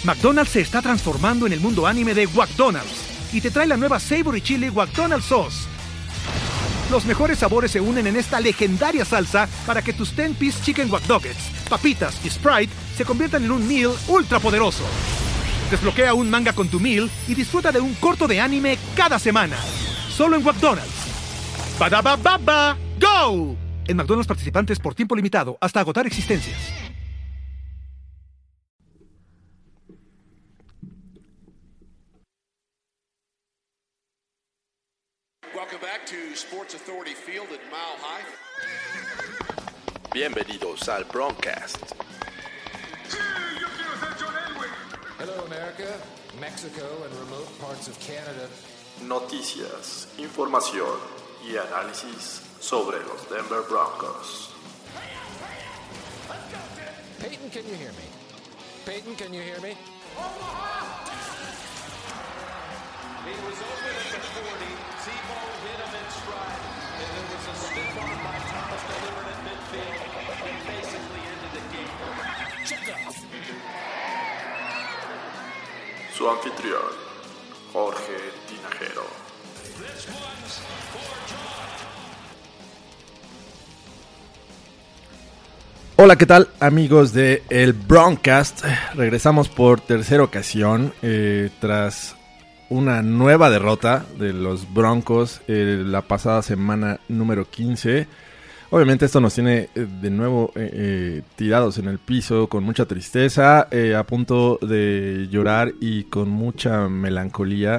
McDonald's se está transformando en el mundo anime de McDonald's y te trae la nueva Savory Chili McDonald's Sauce. Los mejores sabores se unen en esta legendaria salsa para que tus 10-piece chicken wack nuggets, papitas y Sprite se conviertan en un meal ultra poderoso. Desbloquea un manga con tu meal y disfruta de un corto de anime cada semana. Solo en McDonald's. ¡Badabababa! ¡Go! En McDonald's participantes por tiempo limitado hasta agotar existencias. Welcome back to Sports Authority Field at Mile High. Bienvenidos al Broncast. Hello, America, Mexico, and remote parts of Canada. Noticias, información y análisis sobre los Denver Broncos. Peyton, can you hear me? Peyton, can you hear me? It was open at the 40. Tebow hit him in stride, and there was a stiff arm by Thomas delivered at midfield and basically ended the game. Check out. Su anfitrión, Jorge Tinajero. This one's for John. Hola, ¿qué tal, amigos de el Broncast? Regresamos por tercera ocasión tras una nueva derrota de los Broncos la pasada semana número 15. Obviamente esto nos tiene de nuevo tirados en el piso con mucha tristeza, a punto de llorar y con mucha melancolía.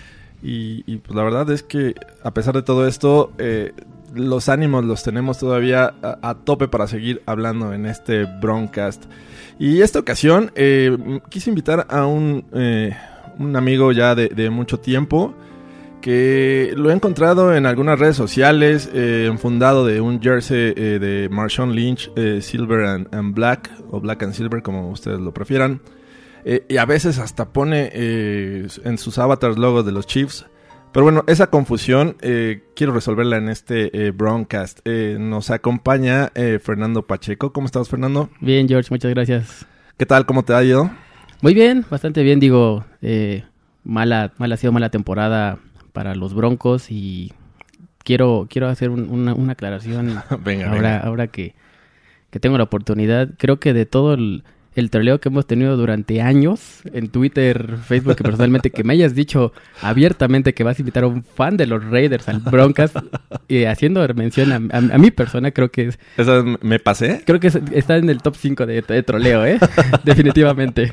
Y pues la verdad es que a pesar de todo esto, los ánimos los tenemos todavía a tope para seguir hablando en este Broncast. Y esta ocasión quise invitar a un amigo ya de mucho tiempo, que lo he encontrado en algunas redes sociales, fundado de un jersey de Marshawn Lynch, Silver and Black, o Black and Silver, como ustedes lo prefieran. Y a veces hasta pone en sus avatars logos de los Chiefs. Pero bueno, esa confusión quiero resolverla en este Broncast. Nos acompaña Fernando Pacheco. ¿Cómo estás, Fernando? Bien, George, muchas gracias. ¿Qué tal? ¿Cómo te ha ido? Muy bien, bastante bien. Digo, mala ha sido mala temporada para los Broncos y quiero hacer una aclaración. venga. Ahora que tengo la oportunidad. Creo que de todo el troleo que hemos tenido durante años en Twitter, Facebook, que personalmente que me hayas dicho abiertamente que vas a invitar a un fan de los Raiders al Broncast y haciendo mención a mi persona, creo que es... ¿Eso me pasé? Creo que está en el top 5 de troleo, definitivamente.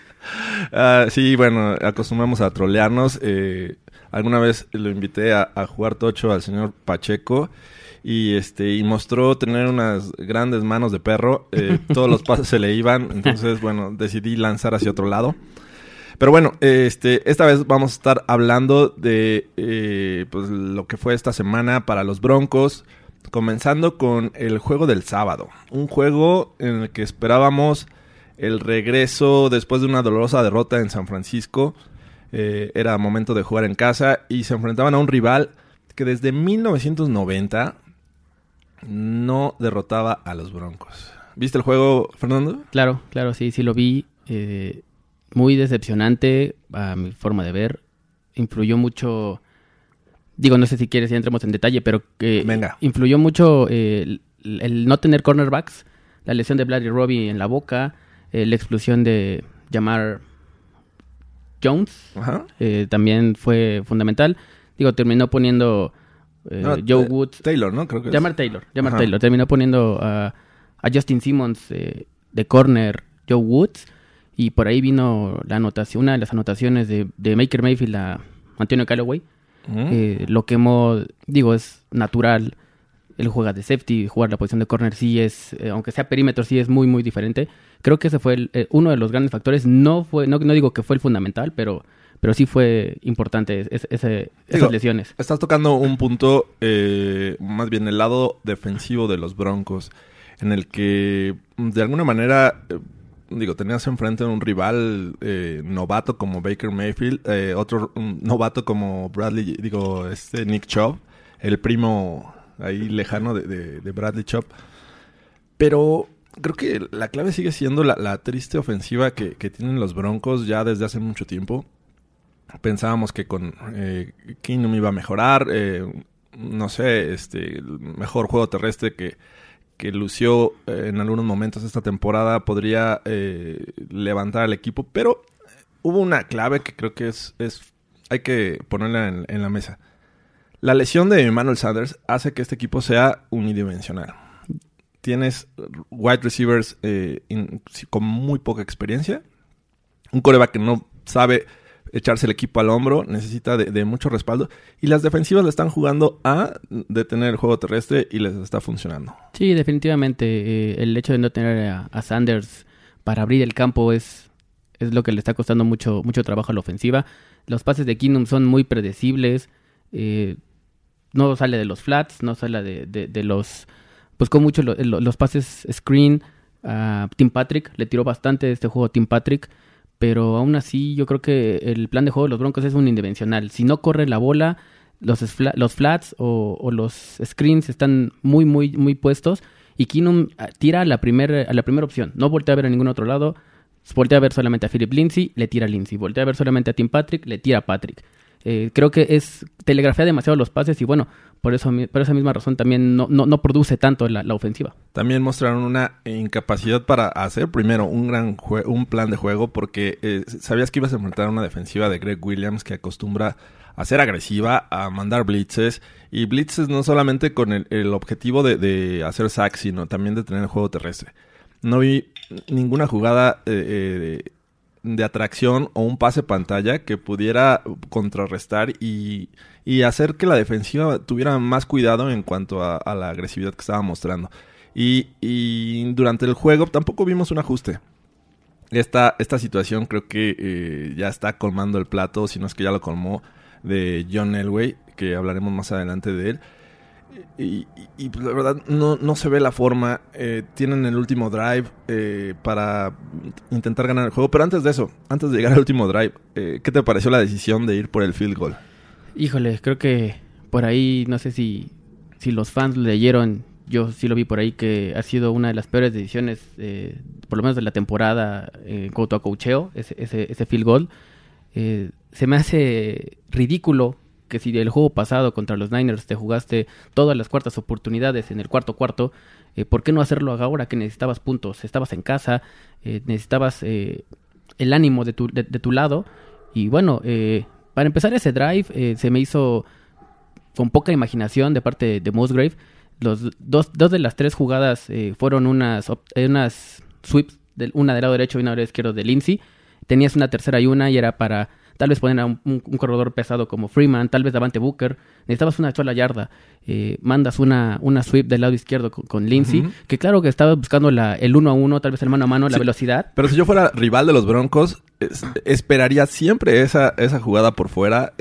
Sí, bueno, acostumbramos a trolearnos. Alguna vez lo invité a jugar tocho al señor Pacheco y mostró tener unas grandes manos de perro. Todos los pases se le iban, entonces, bueno, decidí lanzar hacia otro lado. Pero bueno, esta vez vamos a estar hablando de pues lo que fue esta semana para los Broncos, comenzando con el juego del sábado. Un juego en el que esperábamos el regreso después de una dolorosa derrota en San Francisco. Era momento de jugar en casa y se enfrentaban a un rival que desde 1990 no derrotaba a los Broncos. ¿Viste el juego, Fernando? Claro, sí lo vi. Muy decepcionante a mi forma de ver. Influyó mucho... Digo, no sé si quieres ya entremos en detalle, pero venga. Influyó mucho el no tener cornerbacks, la lesión de Bradley Roby en la boca, la explosión de Jamar Jones. Ajá. También fue fundamental. Digo, terminó poniendo Joe Woods. Taylor, ¿no? Creo que Jamar Taylor. Terminó poniendo a Justin Simmons de corner Joe Woods. Y por ahí vino la anotación, una de las anotaciones de Baker Mayfield a Antonio Callaway. Lo quemó, digo, es natural. Él juega de safety, jugar la posición de corner sí es, aunque sea perímetro, sí es muy, muy diferente. Creo que ese fue uno de los grandes factores. No digo que fue el fundamental, pero sí fue importante esas lesiones. Estás tocando un punto, más bien el lado defensivo de los Broncos, en el que de alguna manera... tenías enfrente a un rival novato como Baker Mayfield, otro novato como Nick Chubb, el primo ahí lejano de Bradley Chubb. Pero creo que la clave sigue siendo la triste ofensiva que tienen los Broncos ya desde hace mucho tiempo. Pensábamos que con Keenum iba a mejorar, no sé, mejor juego terrestre que lució en algunos momentos esta temporada podría levantar al equipo, pero hubo una clave que creo que hay que ponerla en la mesa. La lesión de Emmanuel Sanders hace que este equipo sea unidimensional. Tienes wide receivers con muy poca experiencia, un quarterback que no sabe echarse el equipo al hombro, necesita de mucho respaldo, y las defensivas le están jugando a detener el juego terrestre y les está funcionando. Sí, definitivamente el hecho de no tener a Sanders para abrir el campo es lo que le está costando mucho trabajo a la ofensiva. Los pases de Keenum son muy predecibles, no sale de los flats, no sale de los... Pues con mucho los pases screen. Tim Patrick le tiró bastante este juego a Tim Patrick, pero aún así yo creo que el plan de juego de los Broncos es unidimensional. Si no corre la bola, los flats o los screens están muy puestos, y Keenum tira a la primera opción. No voltea a ver a ningún otro lado, voltea a ver solamente a Philip Lindsay, le tira a Lindsay. Voltea a ver solamente a Tim Patrick, le tira a Patrick. Creo que telegrafía demasiado los pases, y bueno, por esa misma razón también no produce tanto la ofensiva. También mostraron una incapacidad para hacer primero un plan de juego, porque sabías que ibas a enfrentar a una defensiva de Greg Williams que acostumbra a ser agresiva, a mandar blitzes, y blitzes no solamente con el objetivo de hacer sacks, sino también de tener el juego terrestre. No vi ninguna jugada de atracción o un pase pantalla que pudiera contrarrestar y hacer que la defensiva tuviera más cuidado en cuanto a la agresividad que estaba mostrando. Y durante el juego tampoco vimos un ajuste. Esta situación creo que ya está colmando el plato, si no es que ya lo colmó, de John Elway, que hablaremos más adelante de él. Y pues la verdad no se ve la forma. Tienen el último drive para intentar ganar el juego, pero antes de llegar al último drive, ¿qué te pareció la decisión de ir por el field goal? Híjole, creo que por ahí, no sé si los fans lo leyeron, yo sí lo vi por ahí, que ha sido una de las peores decisiones, por lo menos de la temporada, en cuanto a coacheo, ese field goal. Se me hace ridículo que si el juego pasado contra los Niners te jugaste todas las cuartas oportunidades en el cuarto, ¿por qué no hacerlo ahora que necesitabas puntos? Estabas en casa, necesitabas el ánimo de tu lado, y bueno, para empezar ese drive se me hizo con poca imaginación de parte de Musgrave. Los dos de las tres jugadas fueron unas sweeps, una del lado derecho y una del lado izquierdo de Lindsay. Tenías una tercera y era para tal vez poner a un corredor pesado como Freeman, tal vez Davante Booker. Necesitabas una sola yarda. Mandas una sweep del lado izquierdo con Lindsay, que claro que estaba buscando el 1-1, tal vez el mano a mano, la velocidad. Pero si yo fuera rival de los Broncos, esperaría siempre esa jugada por fuera,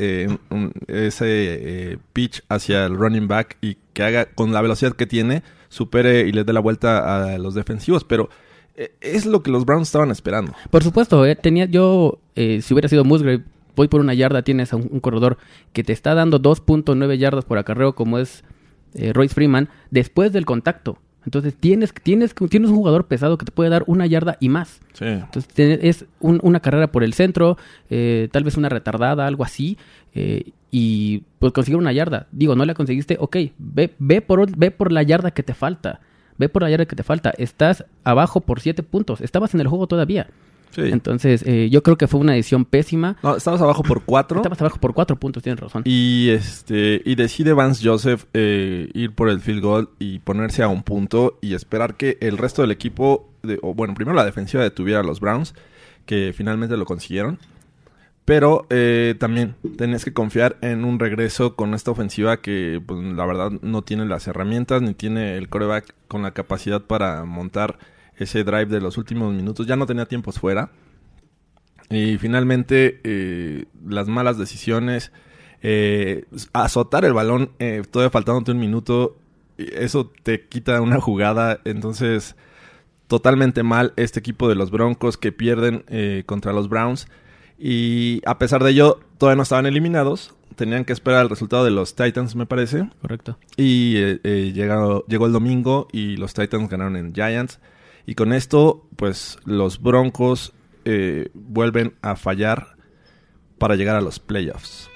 ese pitch hacia el running back, y que haga, con la velocidad que tiene, supere y les dé la vuelta a los defensivos. Pero es lo que los Browns estaban esperando. Por supuesto, si hubiera sido Musgrave, voy por una yarda, tienes a un corredor que te está dando 2.9 yardas por acarreo, como es Royce Freeman, después del contacto. Entonces tienes un jugador pesado que te puede dar una yarda y más. Sí. Entonces es una carrera por el centro, tal vez una retardada, algo así, y pues conseguir una yarda. Digo, no la conseguiste, ok, ve por la yarda que te falta. Estás abajo por 7 puntos. Estabas en el juego todavía. Sí. Entonces, yo creo que fue una decisión pésima. No, estabas abajo por 4. Estabas abajo por 4 puntos, tienes razón. Y decide Vance Joseph ir por el field goal y ponerse a un punto y esperar que el resto del equipo, primero la defensiva detuviera a los Browns, que finalmente lo consiguieron. Pero también tenés que confiar en un regreso con esta ofensiva que, pues, la verdad no tiene las herramientas ni tiene el quarterback con la capacidad para montar ese drive de los últimos minutos. Ya no tenía tiempos fuera. Y finalmente las malas decisiones, azotar el balón todavía faltándote un minuto, eso te quita una jugada. Entonces, totalmente mal este equipo de los Broncos, que pierden contra los Browns. Y a pesar de ello, todavía no estaban eliminados. Tenían que esperar el resultado de los Titans, me parece. Correcto. Y llegó el domingo y los Titans ganaron en Giants. Y con esto, pues los Broncos vuelven a fallar para llegar a los playoffs.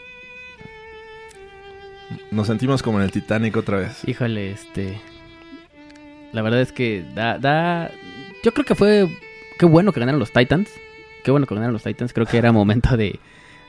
Nos sentimos como en el Titanic otra vez. Híjole, la verdad es que yo creo que fue... Qué bueno que ganaron los Titans. Creo que era momento de...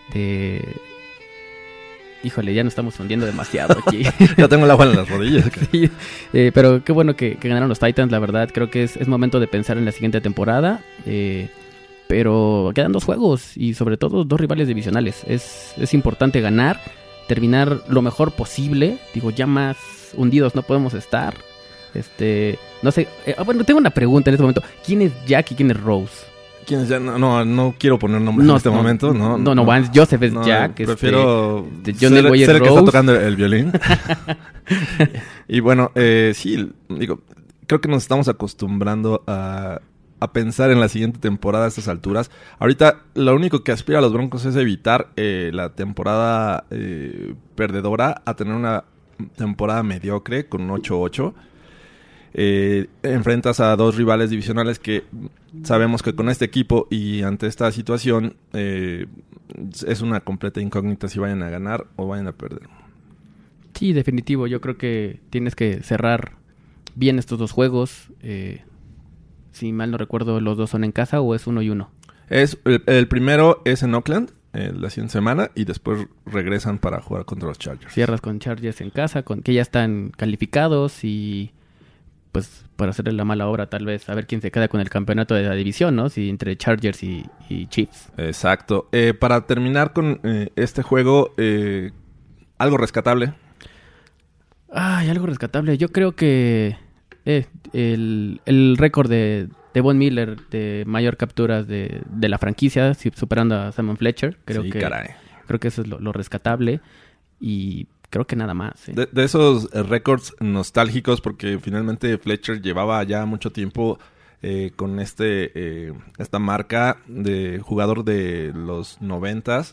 Híjole, ya nos estamos hundiendo demasiado aquí. Ya tengo el agua en las rodillas. Sí, pero qué bueno que ganaron los Titans, la verdad. Creo que es momento de pensar en la siguiente temporada. Pero quedan 2 juegos y sobre todo 2 rivales divisionales. Es importante ganar, terminar lo mejor posible. Digo, ya más hundidos no podemos estar. No sé. Bueno, tengo una pregunta en este momento. ¿Quién es Jack y quién es Rose? ¿Quién es Jack? No quiero poner nombres en este momento. No, Vance Joseph es Jack. Prefiero John Elway ser el que Rose. está tocando el violín. Y bueno, sí, digo, creo que nos estamos acostumbrando a pensar en la siguiente temporada a estas alturas. Ahorita lo único que aspira a los Broncos es evitar la temporada perdedora, a tener una temporada mediocre con 8-8. Enfrentas a 2 rivales divisionales que sabemos que con este equipo y ante esta situación es una completa incógnita si vayan a ganar o vayan a perder. Sí, definitivo. Yo creo que tienes que cerrar bien estos 2 juegos. Si mal no recuerdo, los 2 son en casa o es 1-1. El primero es en Oakland la siguiente semana y después regresan para jugar contra los Chargers. Cierras con Chargers en casa, que ya están calificados y pues para hacerle la mala obra tal vez a ver quién se queda con el campeonato de la división, ¿no? Si entre Chargers y Chiefs. Exacto. Para terminar con este juego, algo rescatable. Algo rescatable. Yo creo que el récord de Von Miller de mayor capturas de la franquicia, superando a Simon Fletcher. Creo que eso es lo rescatable y creo que nada más. De esos récords nostálgicos, porque finalmente Fletcher llevaba ya mucho tiempo con esta marca de jugador de los 90s.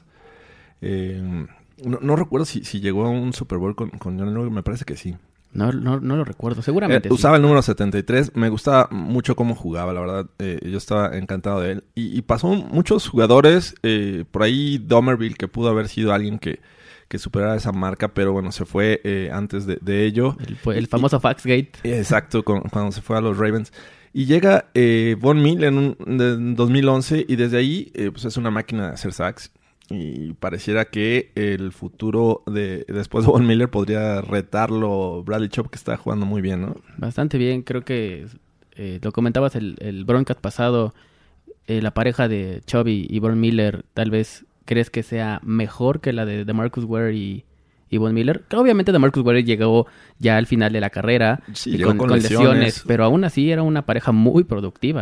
No recuerdo si llegó a un Super Bowl con John Elway, me parece que sí. No lo recuerdo, seguramente. Usaba el número 73, me gustaba mucho cómo jugaba, la verdad. Yo estaba encantado de él. Y pasó muchos jugadores, por ahí Domerville, que pudo haber sido alguien que superara esa marca, pero bueno, se fue antes de ello. El famoso Faxgate. Exacto, cuando se fue a los Ravens. Y llega Von Miller en 2011 y desde ahí pues es una máquina de hacer sacks. Y pareciera que el futuro después de Von Miller podría retarlo Bradley Chubb, que está jugando muy bien, ¿no? Bastante bien, creo que lo comentabas el broadcast pasado, la pareja de Chubb y Von Miller, tal vez crees que sea mejor que la de DeMarcus Ware y Von Miller. Obviamente DeMarcus Ware llegó ya al final de la carrera, sí, con lesiones, pero aún así era una pareja muy productiva.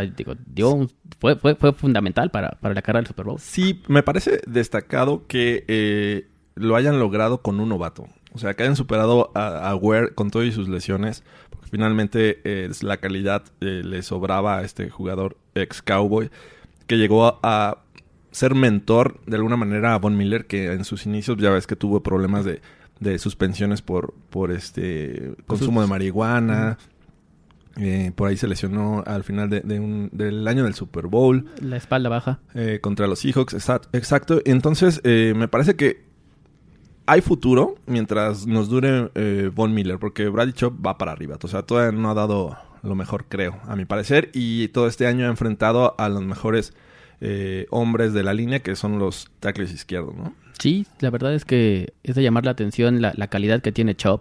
Fue fundamental para la carrera del Super Bowl. Sí, me parece destacado que lo hayan logrado con un novato. O sea, que hayan superado a Ware con todas sus lesiones, porque finalmente la calidad le sobraba a este jugador ex-Cowboy, que llegó a ser mentor de alguna manera a Von Miller, que en sus inicios ya ves que tuvo problemas de suspensiones por consumo de marihuana. Por ahí se lesionó al final del año del Super Bowl. La espalda baja. Contra los Seahawks, exacto. Entonces, me parece que hay futuro mientras nos dure Von Miller, porque Bradley Chubb va para arriba. O sea, todavía no ha dado lo mejor, creo, a mi parecer. Y todo este año ha enfrentado a los mejores hombres de la línea, que son los tackles izquierdos, ¿no? Sí, la verdad es que es de llamar la atención la calidad que tiene Chubb.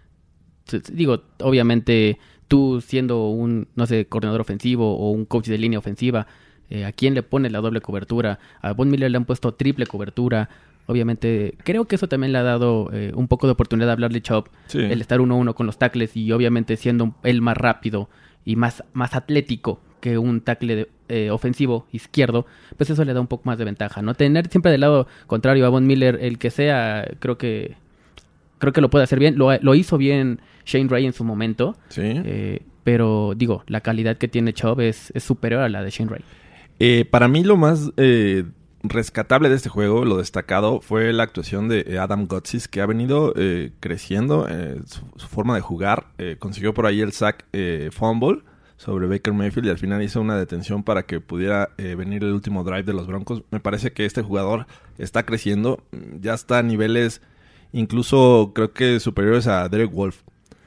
Digo, obviamente, tú siendo un, coordinador ofensivo o un coach de línea ofensiva, ¿a quién le pone la doble cobertura? A Von Miller le han puesto triple cobertura. Obviamente, creo que eso también le ha dado un poco de oportunidad de hablarle Chubb, sí, el estar 1-1 con los tackles y obviamente siendo él más rápido y más atlético que un tackle ofensivo izquierdo, pues eso le da un poco más de ventaja, ¿no? Tener siempre del lado contrario a Von Miller, el que sea, creo que lo puede hacer bien. Lo hizo bien Shane Ray en su momento, sí, pero digo, la calidad que tiene Chubb es superior a la de Shane Ray. Para mí lo más rescatable de este juego, lo destacado, fue la actuación de Adam Gotsis, que ha venido creciendo su forma de jugar. Consiguió por ahí el sack fumble, sobre Baker Mayfield y al final hizo una detención para que pudiera venir el último drive de los Broncos. Me parece que este jugador está creciendo, ya está a niveles incluso creo que superiores a Derek Wolfe.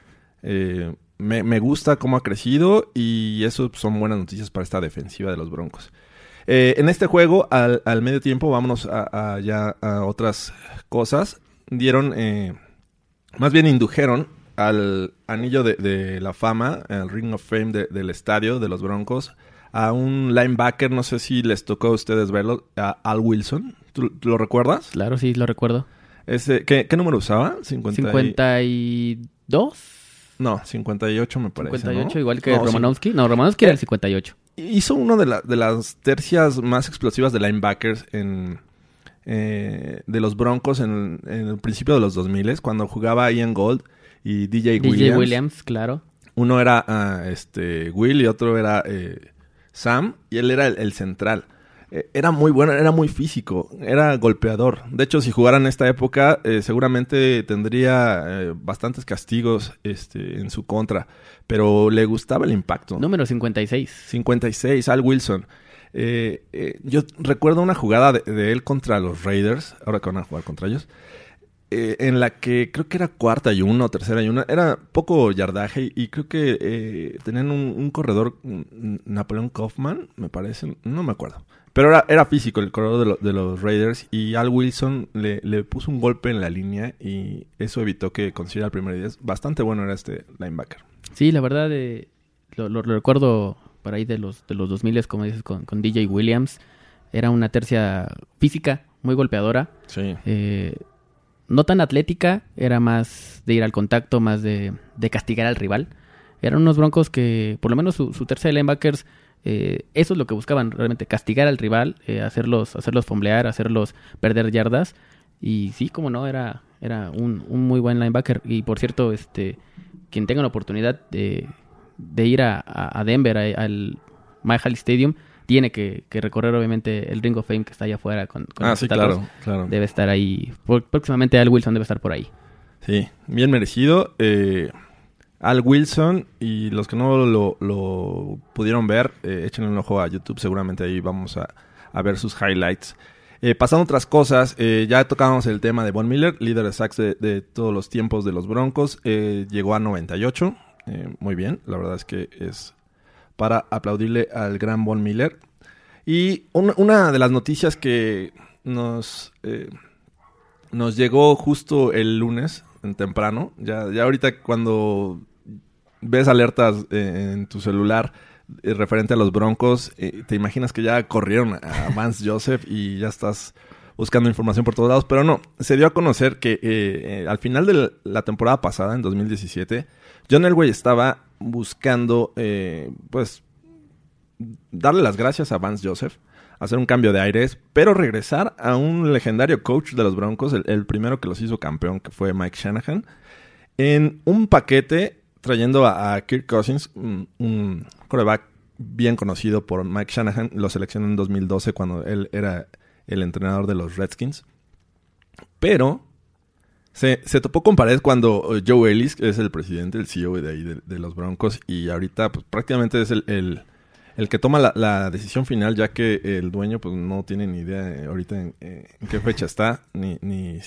Me gusta cómo ha crecido y eso son buenas noticias para esta defensiva de los Broncos. En este juego, al medio tiempo, vámonos ya a otras cosas. Indujeron al anillo de la fama, el Ring of Fame del estadio de los Broncos, a un linebacker, no sé si les tocó a ustedes verlo, a Al Wilson. ¿Tú lo recuerdas? Claro, sí, lo recuerdo. ¿Qué número usaba? 52. No, 58 me parece, 58, ¿no? igual que Romanowski. No, Romanowski era el 58. Hizo uno de las tercias más explosivas de linebackers de los Broncos en el principio de los 2000, cuando jugaba Ian Gold y DJ Williams, claro. Uno era Will y otro era Sam, y él era el central. Era muy bueno, era muy físico, era golpeador. De hecho, si jugara en esta época, seguramente tendría bastantes castigos en su contra. Pero le gustaba el impacto. Número 56. 56, Al Wilson. Yo recuerdo una jugada de él contra los Raiders, ahora que van a jugar contra ellos, en la que creo que era 4ª y 1, 3ª y 1. Era poco yardaje y creo que tenían un corredor, Napoleon Kaufman, me parece, no me acuerdo. Pero era físico el corredor de los Raiders y Al Wilson le puso un golpe en la línea y eso evitó que consiguiera el primer 10. Bastante bueno era este linebacker. Sí, la verdad, lo recuerdo por ahí de los 2000, como dices, con DJ Williams. Era una tercia física, muy golpeadora. Sí. No tan atlética, era más de ir al contacto, más de castigar al rival. Eran unos Broncos que, por lo menos su tercia de linebackers, eso es lo que buscaban realmente, castigar al rival, hacerlos fumblear, hacerlos perder yardas. Y sí, como no, era un muy buen linebacker. Y por cierto, quien tenga la oportunidad de ir a Denver, al Mile Stadium, tiene que recorrer obviamente el Ring of Fame que está allá afuera con los sí, estatuas. claro. Debe estar ahí, próximamente Al Wilson debe estar por ahí. Sí, bien merecido. Al Wilson, y los que no lo pudieron ver, échenle un ojo a YouTube, seguramente ahí vamos a ver sus highlights. Pasando a otras cosas, ya tocábamos el tema de Von Miller, líder de sacks de todos los tiempos de los Broncos. Llegó a 98, muy bien, la verdad es que es para aplaudirle al gran Von Miller. Y una de las noticias que nos llegó justo el lunes, en temprano, ya ahorita cuando ves alertas en tu celular referente a los Broncos, te imaginas que ya corrieron a Vance Joseph y ya estás buscando información por todos lados, pero no, se dio a conocer que al final de la temporada pasada, en 2017, John Elway estaba buscando, pues, darle las gracias a Vance Joseph, hacer un cambio de aires, pero regresar a un legendario coach de los Broncos, el primero que los hizo campeón, que fue Mike Shanahan, en un paquete trayendo a Kirk Cousins, un quarterback bien conocido por Mike Shanahan. Lo seleccionó en 2012 cuando él era el entrenador de los Redskins. Pero se topó con pared cuando Joe Ellis, que es el presidente, el CEO de ahí de los Broncos, y ahorita pues prácticamente es el que toma la decisión final, ya que el dueño pues no tiene ni idea ahorita en qué fecha está, ni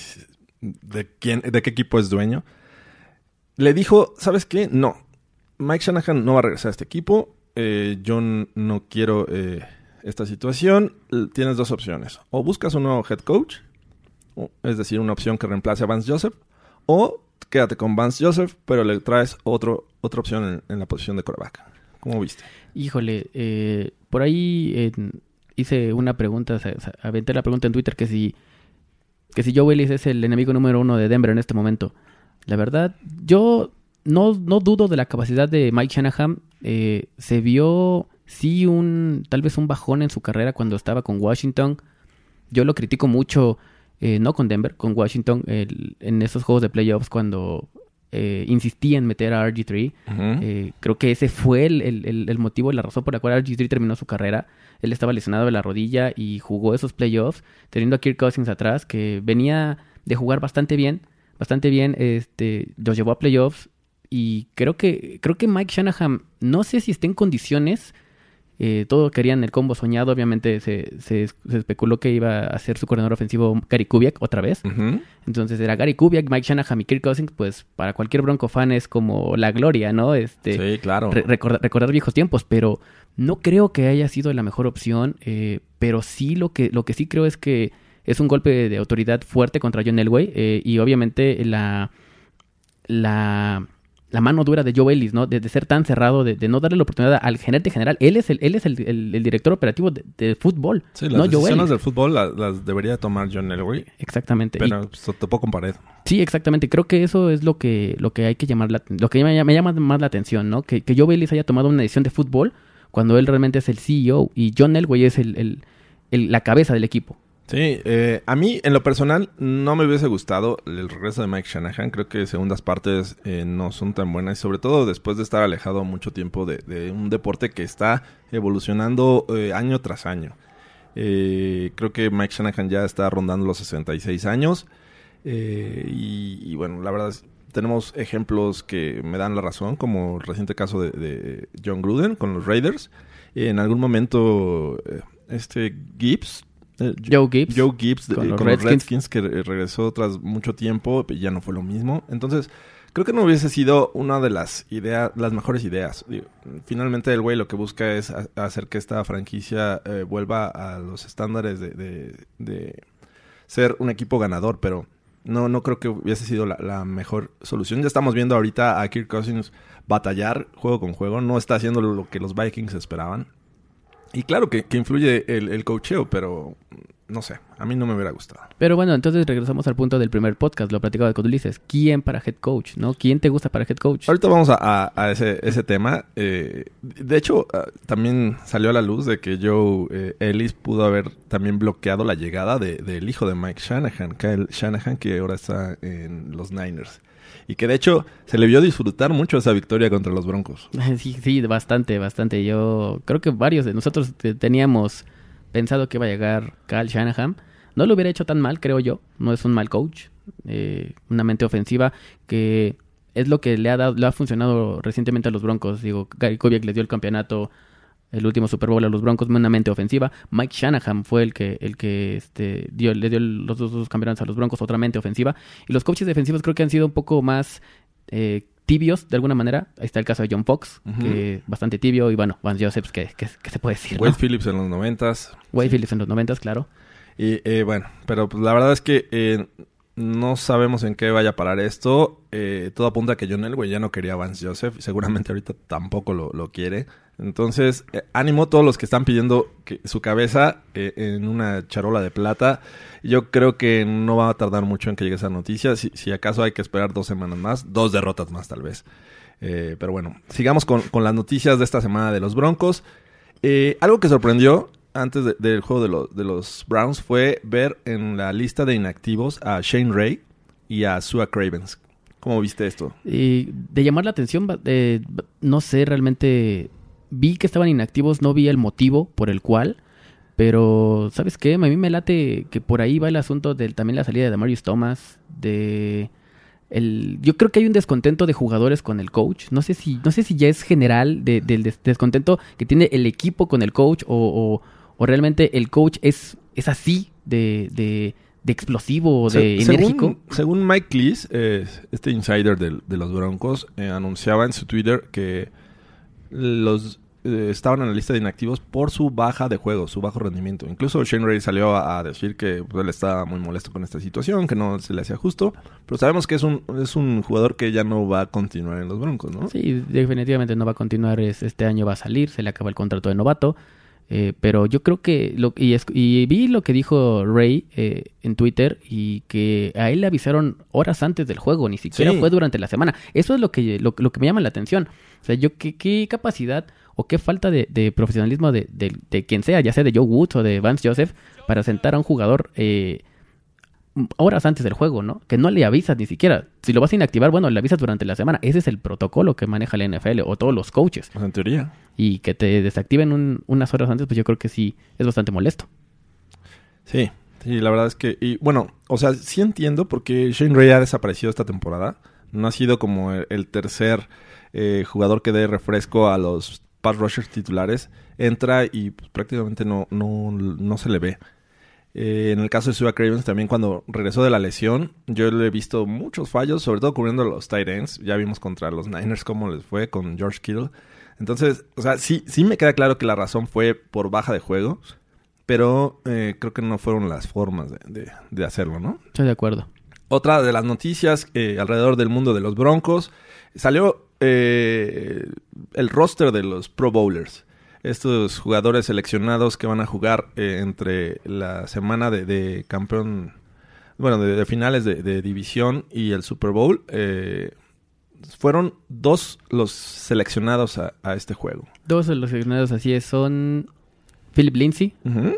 de qué equipo es dueño. Le dijo, ¿sabes qué? No, Mike Shanahan no va a regresar a este equipo. Yo no quiero esta situación. Tienes dos opciones. O buscas un nuevo head coach, es decir, una opción que reemplace a Vance Joseph, o quédate con Vance Joseph, pero le traes otra opción en la posición de quarterback. ¿Cómo viste? Híjole, por ahí hice una pregunta, aventé la pregunta en Twitter que si Joe Willis es el enemigo número 1 de Denver en este momento. La verdad, yo no dudo de la capacidad de Mike Shanahan. Se vio, sí, tal vez un bajón en su carrera cuando estaba con Washington. Yo lo critico mucho, no con Denver, con Washington, en esos juegos de playoffs cuando insistía en meter a RG3. Uh-huh. Creo que ese fue el motivo, la razón por la cual RG3 terminó su carrera. Él estaba lesionado de la rodilla y jugó esos playoffs, teniendo a Kirk Cousins atrás, que venía de jugar bastante bien, los llevó a playoffs, y creo que Mike Shanahan, no sé si está en condiciones. Todos querían el combo soñado. Obviamente se especuló que iba a ser su coordinador ofensivo Gary Kubiak otra vez. Ujú. Entonces era Gary Kubiak, Mike Shanahan y Kirk Cousins. Pues para cualquier Bronco fan es como la gloria, ¿no? Sí, claro. Recordar viejos tiempos, pero no creo que haya sido la mejor opción. Pero sí lo que sí creo es que es un golpe de autoridad fuerte contra John Elway. Y obviamente la mano dura de Joe Ellis, ¿no? De ser tan cerrado, de no darle la oportunidad al gerente general. Él es el director operativo de fútbol. Sí, no las Joe decisiones Ellis. del fútbol las debería tomar John Elway. Exactamente. Pero se topó con pared. Sí, exactamente. Creo que eso es lo que hay que llamar lo que me llama más la atención, ¿no? Que Joe Ellis haya tomado una decisión de fútbol cuando él realmente es el CEO y John Elway es la cabeza del equipo. Sí, a mí en lo personal no me hubiese gustado el regreso de Mike Shanahan. Creo que segundas partes no son tan buenas, y sobre todo después de estar alejado mucho tiempo de un deporte que está evolucionando año tras año. Creo que Mike Shanahan ya está rondando los 66 años y bueno, la verdad tenemos ejemplos que me dan la razón, como el reciente caso de John Gruden con los Raiders. En algún momento Gibbs, Joe Gibbs con los Redskins, que regresó tras mucho tiempo, ya no fue lo mismo. Entonces, creo que no hubiese sido una de las mejores ideas. Finalmente, el güey lo que busca es hacer que esta franquicia vuelva a los estándares de ser un equipo ganador, pero no creo que hubiese sido la mejor solución. Ya estamos viendo ahorita a Kirk Cousins batallar juego con juego. No está haciendo lo que los Vikings esperaban. Y claro que influye el coacheo, pero no sé, a mí no me hubiera gustado. Pero bueno, entonces regresamos al punto del primer podcast, lo platicaba con Ulises. ¿Quién para head coach, no? ¿Quién te gusta para head coach? Ahorita vamos a ese tema. De hecho, también salió a la luz de que Joe Ellis pudo haber también bloqueado la llegada del hijo de Mike Shanahan, Kyle Shanahan, que ahora está en los Niners. Y que de hecho se le vio disfrutar mucho esa victoria contra los Broncos. Sí, bastante. Yo creo que varios de nosotros teníamos pensado que iba a llegar Kyle Shanahan. No lo hubiera hecho tan mal, creo yo. No es un mal coach. Una mente ofensiva que es lo que le ha funcionado recientemente a los Broncos. Digo, Gary Kubiak les dio el campeonato, el último Super Bowl a los Broncos, una mente ofensiva. Mike Shanahan fue el que le dio los dos campeonatos a los Broncos, otra mente ofensiva. Y los coaches defensivos creo que han sido un poco más tibios, de alguna manera. Ahí está el caso de John Fox, que bastante tibio. Y bueno, Vance Joseph, que se puede decir, Wade ¿no? Phillips en los 90s. Wade Phillips en los 90s, claro. Y bueno, pero pues, la verdad es que no sabemos en qué vaya a parar esto. Todo apunta a que John Elway ya no quería a Vance Joseph. Seguramente ahorita tampoco lo quiere. Entonces, ánimo a todos los que están pidiendo su cabeza en una charola de plata. Yo creo que no va a tardar mucho en que llegue esa noticia. Si acaso hay que esperar 2 semanas más. 2 derrotas más tal vez. Pero bueno, sigamos con las noticias de esta semana de los Broncos. Algo que sorprendió antes del juego de los Browns fue ver en la lista de inactivos a Shane Ray y a Sua Cravens. ¿Cómo viste esto? De llamar la atención, no sé, realmente vi que estaban inactivos, no vi el motivo por el cual, pero ¿sabes qué? A mí me late que por ahí va el asunto de también la salida de Demarius Thomas, yo creo que hay un descontento de jugadores con el coach. No sé si ya es general del descontento que tiene el equipo con el coach o realmente el coach es así de explosivo o de enérgico. Según Mike Lease, este insider de los Broncos, anunciaba en su Twitter que los estaban en la lista de inactivos por su baja de juego, su bajo rendimiento. Incluso Shane Ray salió a decir que pues, él estaba muy molesto con esta situación, que no se le hacía justo. Pero sabemos que es un jugador que ya no va a continuar en los Broncos, ¿no? Sí, definitivamente no va a continuar. Este año va a salir, se le acaba el contrato de novato. Pero yo creo que y vi lo que dijo Ray en Twitter, y que a él le avisaron horas antes del juego, ni siquiera fue durante la semana. Eso es lo que me llama la atención. O sea, qué capacidad o qué falta de profesionalismo de quien sea, ya sea de Joe Woods o de Vance Joseph, para sentar a un jugador horas antes del juego, ¿no? Que no le avisas ni siquiera. Si lo vas a inactivar, bueno, le avisas durante la semana. Ese es el protocolo que maneja la NFL o todos los coaches. Pues en teoría. Y que te desactiven unas horas antes, pues yo creo que sí es bastante molesto. Sí, la verdad es que... Y bueno, o sea, sí entiendo porque Shane Ray ha desaparecido esta temporada. No ha sido como el tercer jugador que dé refresco a los pass rushers titulares. Entra y pues, prácticamente no se le ve. En el caso de Su'a Cravens, también cuando regresó de la lesión, yo le he visto muchos fallos, sobre todo cubriendo los tight ends. Ya vimos contra los Niners cómo les fue con George Kittle. Entonces, o sea, sí me queda claro que la razón fue por baja de juego, pero creo que no fueron las formas de hacerlo, ¿no? Estoy de acuerdo. Otra de las noticias alrededor del mundo de los Broncos, salió el roster de los Pro Bowlers. Estos jugadores seleccionados que van a jugar entre la semana de campeón, bueno, de finales de división y el Super Bowl, fueron 2 los seleccionados a este juego. 2 de los seleccionados, así es, son Philip Lindsay,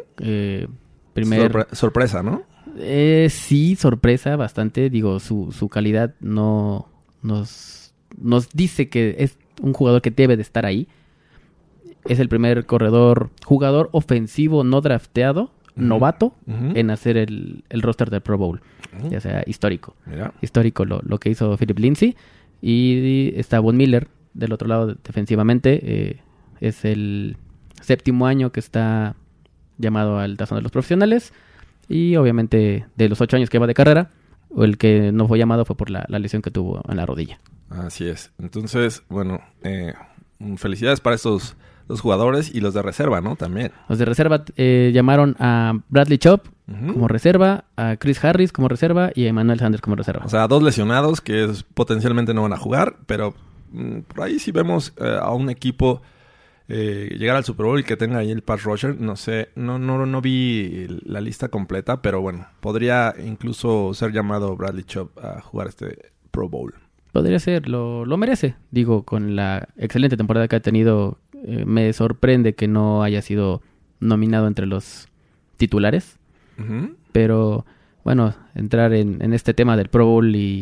Sorpresa, ¿no? Sí, sorpresa bastante. Digo, su calidad no nos dice que es un jugador que debe de estar ahí. Es el primer jugador ofensivo no drafteado, novato, en hacer el roster del Pro Bowl. Ya sea histórico. Mira. Histórico lo que hizo Philip Lindsay. Y está Von Miller del otro lado defensivamente. Es el 7º año que está llamado al tazón de los profesionales. Y obviamente de los 8 años que va de carrera, el que no fue llamado fue por la lesión que tuvo en la rodilla. Así es. Entonces, bueno, felicidades para estos dos jugadores y los de reserva, ¿no? También. Los de reserva llamaron a Bradley Chubb como reserva, a Chris Harris como reserva y a Emmanuel Sanders como reserva. O sea, 2 lesionados que potencialmente no van a jugar, pero por ahí sí vemos a un equipo llegar al Super Bowl y que tenga ahí el pass rusher. No sé, no vi la lista completa, pero bueno, podría incluso ser llamado Bradley Chubb a jugar este Pro Bowl. Podría ser, lo merece. Digo, con la excelente temporada que ha tenido, me sorprende que no haya sido nominado entre los titulares. Pero, bueno, entrar en este tema del Pro Bowl y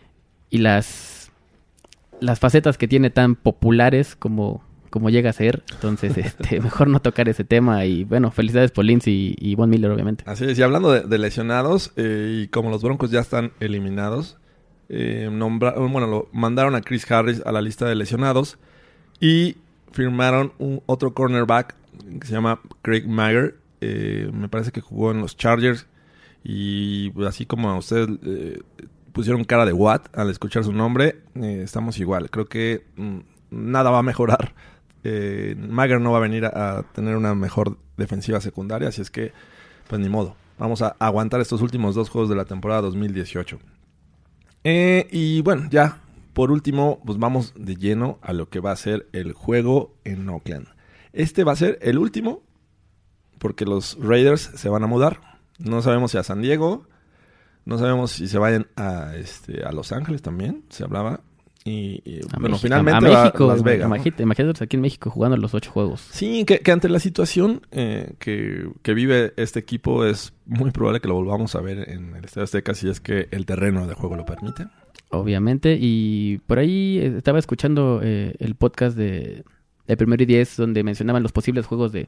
las facetas que tiene tan populares como llega a ser. Entonces, mejor no tocar ese tema. Y, bueno, felicidades por Lindsay y Von Miller, obviamente. Así es, y hablando de lesionados, y como los Broncos ya están eliminados, lo mandaron a Chris Harris a la lista de lesionados y firmaron otro cornerback que se llama Craig Mayer. Me parece que jugó en los Chargers y así como a ustedes pusieron cara de what al escuchar su nombre, estamos igual. Creo que nada va a mejorar. Mayer no va a venir a tener una mejor defensiva secundaria, así es que pues ni modo. Vamos a aguantar estos últimos 2 juegos de la temporada 2018. Y bueno, ya por último, pues vamos de lleno a lo que va a ser el juego en Oakland. Este va a ser el último, porque los Raiders se van a mudar. No sabemos si a San Diego, no sabemos si se vayan a Los Ángeles también, se hablaba. Y bueno, finalmente a México, Las Vegas, ¿no? Imagínate aquí en México jugando los 8 juegos. Sí, que ante la situación que vive este equipo es muy probable que lo volvamos a ver en el Estadio Azteca si es que el terreno de juego lo permite. Obviamente, y por ahí estaba escuchando el podcast de Primero y 10 donde mencionaban los posibles juegos de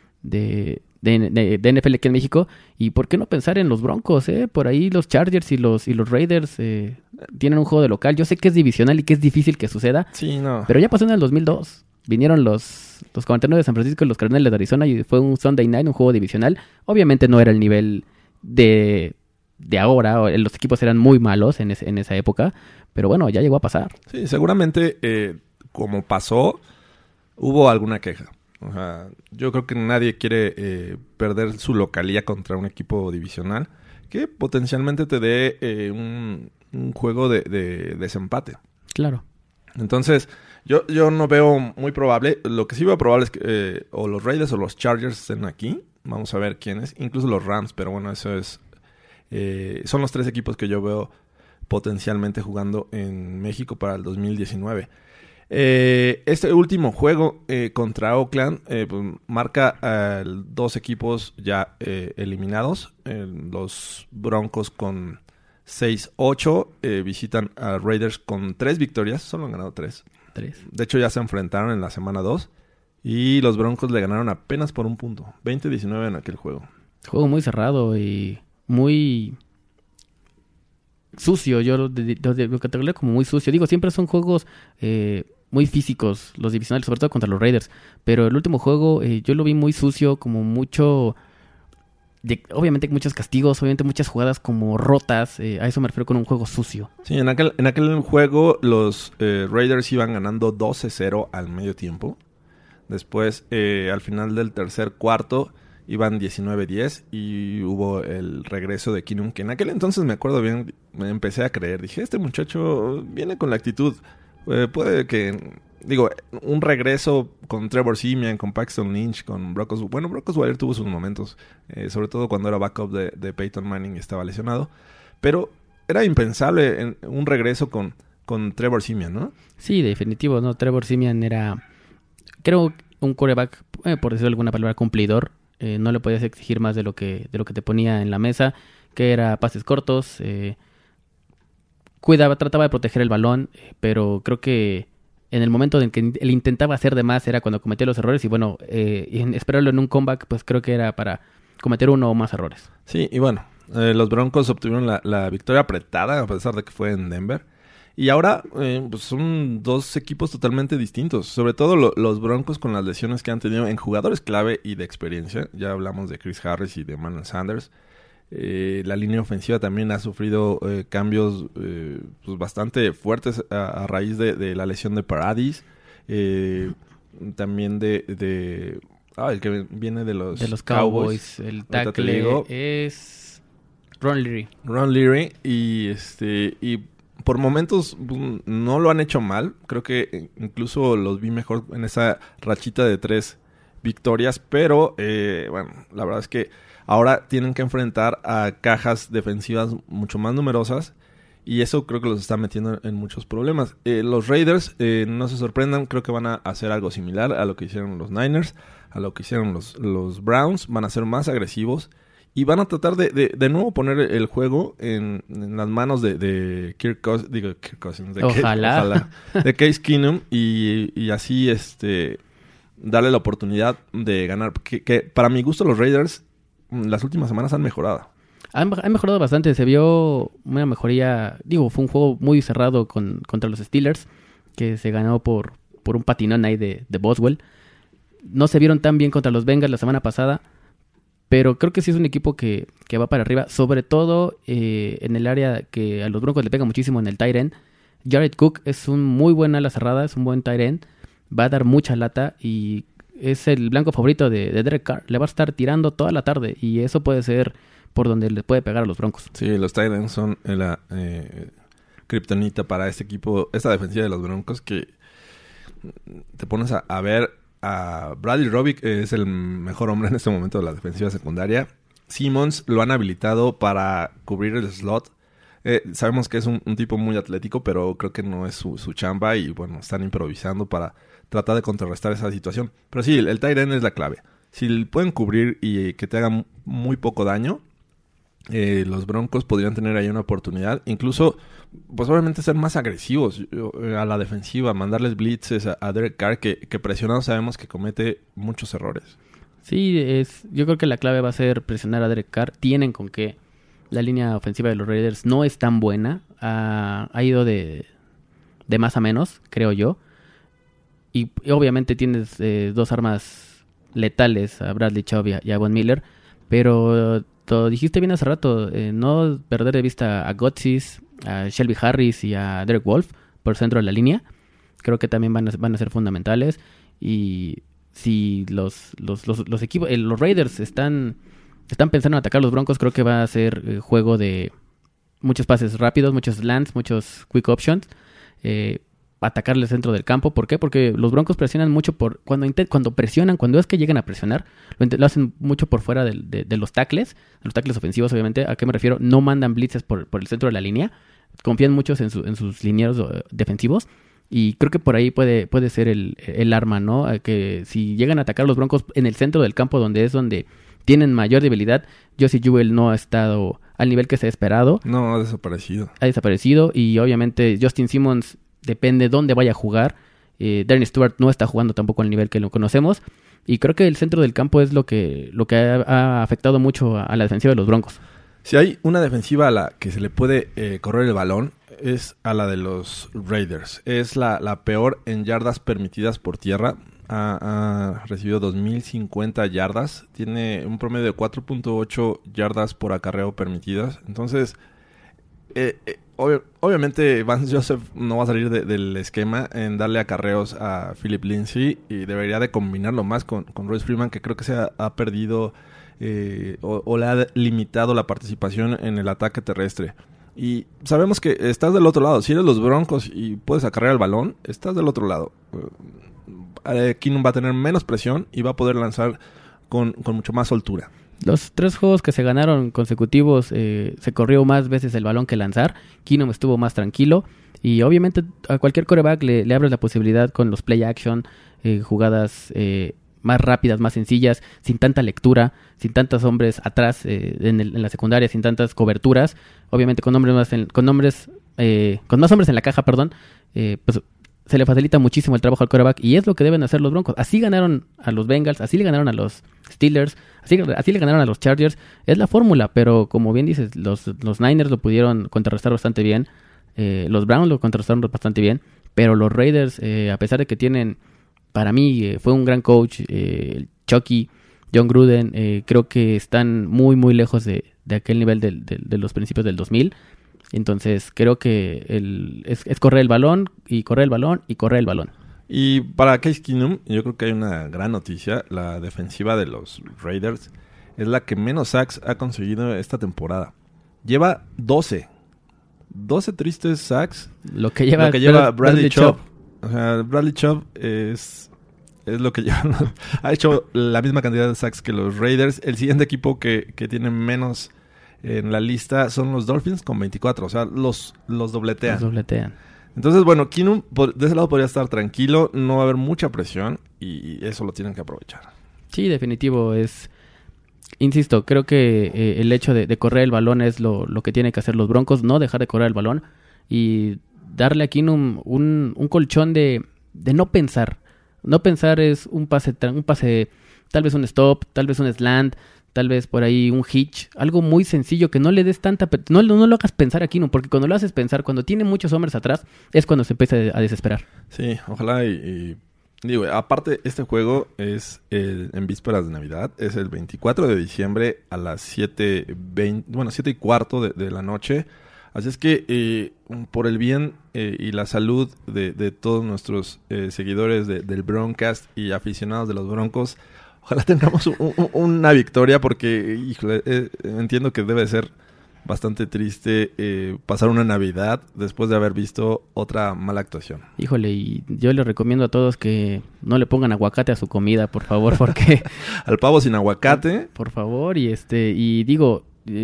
NFL aquí en México. Y por qué no pensar en los Broncos, por ahí los Chargers y los Raiders tienen un juego de local. Yo sé que es divisional y que es difícil que suceda, sí, no, pero ya pasó en el 2002. Vinieron los 49 de San Francisco y los Cardenales de Arizona y fue un Sunday Night, un juego divisional. Obviamente no era el nivel de ahora, los equipos eran muy malos en esa época, pero bueno, ya llegó a pasar. Sí, seguramente como pasó, hubo alguna queja. O sea, yo creo que nadie quiere perder su localía contra un equipo divisional que potencialmente te dé un juego de desempate. Claro. Entonces, yo no veo muy probable. Lo que sí veo probable es que o los Raiders o los Chargers estén aquí. Vamos a ver quiénes. Incluso los Rams, pero bueno, eso es... son los 3 equipos que yo veo potencialmente jugando en México para el 2019. Este último juego contra Oakland pues marca a 2 equipos ya eliminados. Los Broncos con 6-8 visitan a Raiders con 3 victorias. Solo han ganado 3. De hecho ya se enfrentaron en la semana 2 y los Broncos le ganaron apenas por un punto, 20-19 en aquel juego. Juego muy cerrado y muy sucio. Yo lo categorizo como muy sucio. Digo, siempre son juegos muy físicos, los divisionales, sobre todo contra los Raiders. Pero el último juego yo lo vi muy sucio, como mucho... obviamente muchos castigos, obviamente muchas jugadas como rotas. A eso me refiero con un juego sucio. Sí, en aquel juego los Raiders iban ganando 12-0 al medio tiempo. Después, al final del tercer cuarto, iban 19-10 y hubo el regreso de Keenum, que en aquel entonces me acuerdo bien, me empecé a creer. Dije, este muchacho viene con la actitud. Puede que... Digo, un regreso con Trevor Siemian, con Paxton Lynch, con Brock Osweiler. Bueno, Brock Osweiler tuvo sus momentos, sobre todo cuando era backup de Peyton Manning y estaba lesionado. Pero era impensable un regreso con Trevor Siemian, ¿no? Sí, definitivo, ¿no? Trevor Siemian era, creo, un quarterback, por decirlo alguna palabra, cumplidor. No le podías exigir más de lo que te ponía en la mesa, que era pases cortos, trataba de proteger el balón, pero creo que en el momento en que él intentaba hacer de más era cuando cometía los errores y bueno, esperarlo en un comeback pues creo que era para cometer uno o más errores. Sí, y bueno, los Broncos obtuvieron la victoria apretada a pesar de que fue en Denver. Y ahora pues son dos equipos totalmente distintos. Sobre todo los Broncos con las lesiones que han tenido en jugadores clave y de experiencia. Ya hablamos de Chris Harris y de Emmanuel Sanders. La línea ofensiva también ha sufrido cambios pues bastante fuertes a raíz de la lesión de Paradis. También el que viene de los Cowboys. El tackle es Ron Leary. Y por momentos no lo han hecho mal. Creo que incluso los vi mejor en esa rachita de 3 victorias. Pero bueno, la verdad es que ahora tienen que enfrentar a cajas defensivas mucho más numerosas. Y eso creo que los está metiendo en muchos problemas. Los Raiders, no se sorprendan, creo que van a hacer algo similar a lo que hicieron los Niners, a lo que hicieron los Browns. Van a ser más agresivos. Y van a tratar de nuevo poner el juego en las manos de Kirk Cousins. Ojalá. De Case Keenum. Y así darle la oportunidad de ganar. Que para mi gusto los Raiders las últimas semanas han mejorado. Han mejorado bastante. Se vio una mejoría. Digo, fue un juego muy cerrado contra los Steelers. Que se ganó por un patinón ahí de Boswell. No se vieron tan bien contra los Bengals la semana pasada. Pero creo que sí es un equipo que va para arriba. Sobre todo en el área que a los Broncos le pega muchísimo en el tight end. Jared Cook es un muy buen ala cerrada. Es un buen tight end. Va a dar mucha lata. Y es el blanco favorito de Derek Carr. Le va a estar tirando toda la tarde. Y eso puede ser por donde le puede pegar a los Broncos. Sí, los tight ends son la kriptonita para este equipo. Esta defensiva de los Broncos que te pones a ver... A Bradley Roby es el mejor hombre en este momento de la defensiva secundaria. Simmons lo han habilitado para cubrir el slot. Sabemos que es un tipo muy atlético, pero creo que no es su chamba. Y bueno, están improvisando para tratar de contrarrestar esa situación. Pero sí, el tight end es la clave. Si pueden cubrir y que te hagan muy poco daño, los Broncos podrían tener ahí una oportunidad. Incluso, pues obviamente ser más agresivos a la defensiva, mandarles blitzes a Derek Carr, que presionado sabemos que comete muchos errores. Sí, yo creo que la clave va a ser presionar a Derek Carr. Tienen con que la línea ofensiva de los Raiders no es tan buena. Ha ido de más a menos, creo yo. Y obviamente tienes dos armas letales, a Bradley Chubb y a Von Miller. Pero... Lo dijiste bien hace rato, no perder de vista a Gotsis, a Shelby Harris y a Derek Wolfe por el centro de la línea. Creo que también van a ser fundamentales. Y si los equipos, los Raiders están pensando en atacar a los Broncos, creo que va a ser juego de muchos pases rápidos, muchos slants, muchos quick options. Atacarle el centro del campo. ¿Por qué? Porque los Broncos presionan mucho cuando presionan, cuando es que llegan a presionar, lo hacen mucho por fuera de los tackles ofensivos, obviamente. ¿A qué me refiero? No mandan blitzes por el centro de la línea. Confían muchos en sus linieros defensivos. Y creo que por ahí puede ser el arma, ¿no? Que si llegan a atacar a los Broncos en el centro del campo, donde tienen mayor debilidad, Josey Jewell no ha estado al nivel que se ha esperado. No, ha desaparecido. Y obviamente Justin Simmons depende dónde vaya a jugar. Darren Stewart no está jugando tampoco al nivel que lo conocemos. Y creo que el centro del campo es lo que ha afectado mucho a la defensiva de los Broncos. Si hay una defensiva a la que se le puede correr el balón, es a la de los Raiders. Es la peor en yardas permitidas por tierra. Ha recibido 2,050 yardas. Tiene un promedio de 4.8 yardas por acarreo permitidas. Entonces, obviamente Vance Joseph no va a salir del esquema en darle acarreos a Philip Lindsay. Y debería de combinarlo más con Royce Freeman, que creo que se ha perdido o le ha limitado la participación en el ataque terrestre. Y sabemos que estás del otro lado. Si eres los Broncos y puedes acarrear el balón, estás del otro lado. Keenum va a tener menos presión y va a poder lanzar con mucho más soltura. Los 3 juegos que se ganaron consecutivos se corrió más veces el balón que lanzar. Keenum estuvo más tranquilo. Y obviamente a cualquier quarterback le abres la posibilidad con los play action, jugadas más rápidas, más sencillas, sin tanta lectura, sin tantos hombres atrás en la secundaria, sin tantas coberturas. Obviamente con más hombres en la caja, pues se le facilita muchísimo el trabajo al quarterback y es lo que deben hacer los Broncos. Así ganaron a los Bengals, así le ganaron a los Steelers, así le ganaron a los Chargers. Es la fórmula, pero como bien dices, los Niners lo pudieron contrarrestar bastante bien, los Browns lo contrarrestaron bastante bien, pero los Raiders, a pesar de que tienen, para mí, fue un gran coach, Chucky, John Gruden, creo que están muy, muy lejos de aquel nivel de los principios del 2000. Entonces creo que es correr el balón y correr el balón y correr el balón. Y para Case Keenum, yo creo que hay una gran noticia. La defensiva de los Raiders es la que menos sacks ha conseguido esta temporada. Lleva 12 tristes sacks. Lo que lleva Bradley Chubb. O sea, Bradley Chubb es lo que lleva. Ha hecho la misma cantidad de sacks que los Raiders. El siguiente equipo que tiene menos en la lista son los Dolphins con 24. O sea, los dobletean. Los dobletean. Entonces, bueno, Keenum de ese lado podría estar tranquilo. No va a haber mucha presión y eso lo tienen que aprovechar. Sí, definitivo. Insisto, creo que el hecho de correr el balón es lo que tienen que hacer los Broncos. No dejar de correr el balón y darle a Keenum un colchón de no pensar. No pensar es un pase, tal vez un stop, tal vez un slant, tal vez por ahí un hitch, algo muy sencillo que no le des no lo hagas pensar a Keenum, porque cuando lo haces pensar, cuando tiene muchos hombres atrás, es cuando se empieza a desesperar. Sí, ojalá y digo, aparte este juego es en vísperas de Navidad, es el 24 de diciembre a las 7:15 de la noche. Así es que por el bien y la salud de todos nuestros seguidores del Broncast y aficionados de los Broncos, ojalá tengamos una victoria porque, híjole, entiendo que debe ser bastante triste pasar una Navidad después de haber visto otra mala actuación. Híjole, y yo les recomiendo a todos que no le pongan aguacate a su comida, por favor, porque... Al pavo sin aguacate. Por favor, y digo...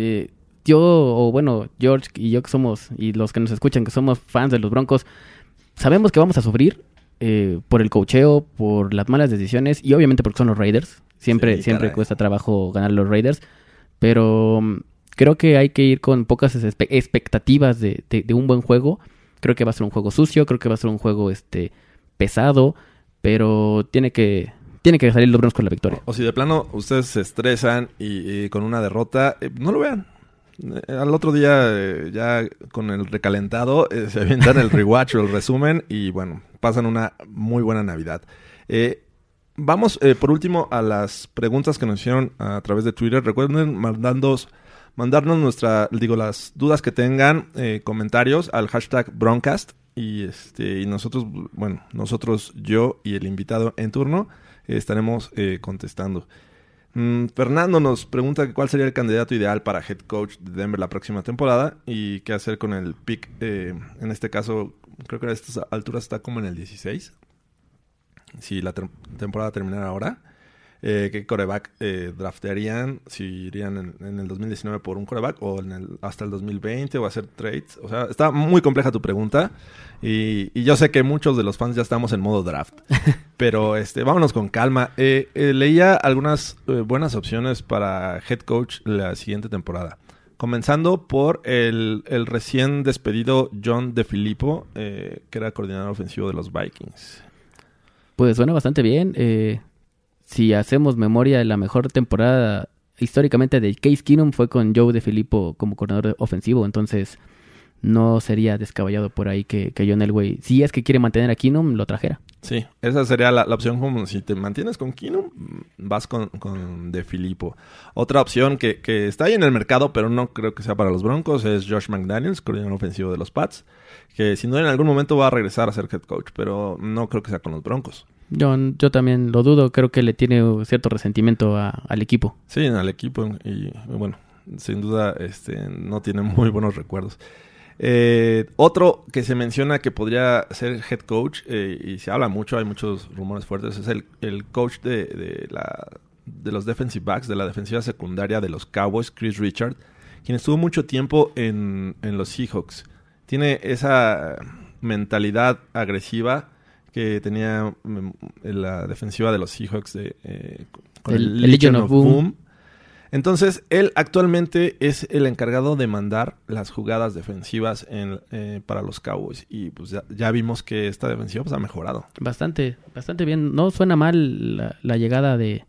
George y yo que somos, y los que nos escuchan que somos fans de los Broncos, sabemos que vamos a sufrir por el coacheo, por las malas decisiones y obviamente porque son los Raiders. Siempre cuesta trabajo ganar los Raiders, pero creo que hay que ir con pocas expectativas de un buen juego. Creo que va a ser un juego sucio, creo que va a ser un juego pesado, pero tiene que salir los Broncos con la victoria. O si de plano ustedes se estresan y con una derrota, no lo vean. Al otro día, ya con el recalentado, se avientan el rewatch o el resumen y bueno, pasan una muy buena Navidad. Vamos por último a las preguntas que nos hicieron a través de Twitter. Recuerden mandarnos las dudas que tengan, comentarios al hashtag Broncast y nosotros, yo y el invitado en turno estaremos contestando. Fernando nos pregunta cuál sería el candidato ideal para head coach de Denver la próxima temporada y qué hacer con el pick. En este caso, creo que a estas alturas está como en el 16. Si la temporada terminara ahora. ¿Qué quarterback draftearían? Si irían en el 2019 por un quarterback o hasta el 2020 o hacer trades. O sea, está muy compleja tu pregunta. Y yo sé que muchos de los fans ya estamos en modo draft. Pero vámonos con calma. Leía algunas buenas opciones para head coach la siguiente temporada. Comenzando por el recién despedido John DeFilippo, que era coordinador ofensivo de los Vikings. Pues suena bastante bien. Si hacemos memoria, la mejor temporada históricamente de Case Keenum fue con Joe DeFilippo como coordinador ofensivo, entonces no sería descabellado por ahí que John Elway, si es que quiere mantener a Keenum, lo trajera. Sí, esa sería la opción. Como si te mantienes con Keenum, vas con DeFilippo. Otra opción que está ahí en el mercado, pero no creo que sea para los Broncos, es Josh McDaniels, coordinador ofensivo de los Pats, que sin duda en algún momento va a regresar a ser head coach, pero no creo que sea con los Broncos. Yo también lo dudo, creo que le tiene cierto resentimiento al equipo. Sí, al equipo, y bueno, sin duda no tiene muy buenos recuerdos. Otro que se menciona que podría ser head coach, y se habla mucho, hay muchos rumores fuertes, es el coach de los defensive backs, de la defensiva secundaria de los Cowboys, Chris Richard, quien estuvo mucho tiempo en los Seahawks. Tiene esa mentalidad agresiva que tenía en la defensiva de los Seahawks con el Legion of Boom. Entonces, él actualmente es el encargado de mandar las jugadas defensivas para los Cowboys. Y pues ya vimos que esta defensiva pues ha mejorado. Bastante bien. No suena mal la llegada de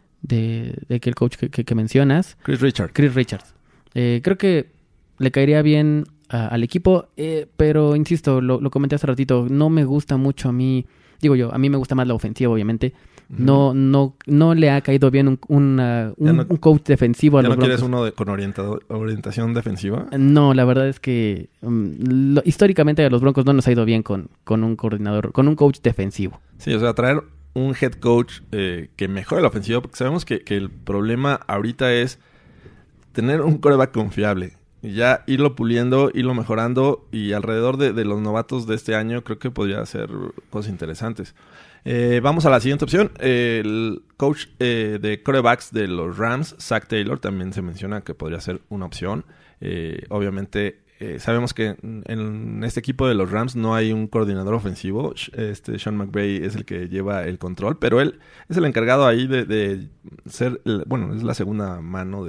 aquel coach que mencionas. Chris Richards. Creo que le caería bien al equipo, pero insisto, lo comenté hace ratito, no me gusta mucho a mí. Digo yo, a mí me gusta más la ofensiva, obviamente. No le ha caído bien un coach defensivo a los Broncos. ¿Ya no quieres uno con orientación defensiva? No, la verdad es que históricamente a los Broncos no nos ha ido bien con un coordinador, con un coach defensivo. Sí, o sea, traer un head coach que mejore la ofensiva, porque sabemos que el problema ahorita es tener un quarterback confiable. Y ya irlo puliendo, irlo mejorando, y alrededor de los novatos de este año creo que podría hacer cosas interesantes. Vamos a la siguiente opción. El coach de quarterbacks de los Rams, Zach Taylor, también se menciona que podría ser una opción. Obviamente sabemos que en este equipo de los Rams no hay un coordinador ofensivo. Sean McVay es el que lleva el control, pero él es el encargado ahí de ser, es la segunda mano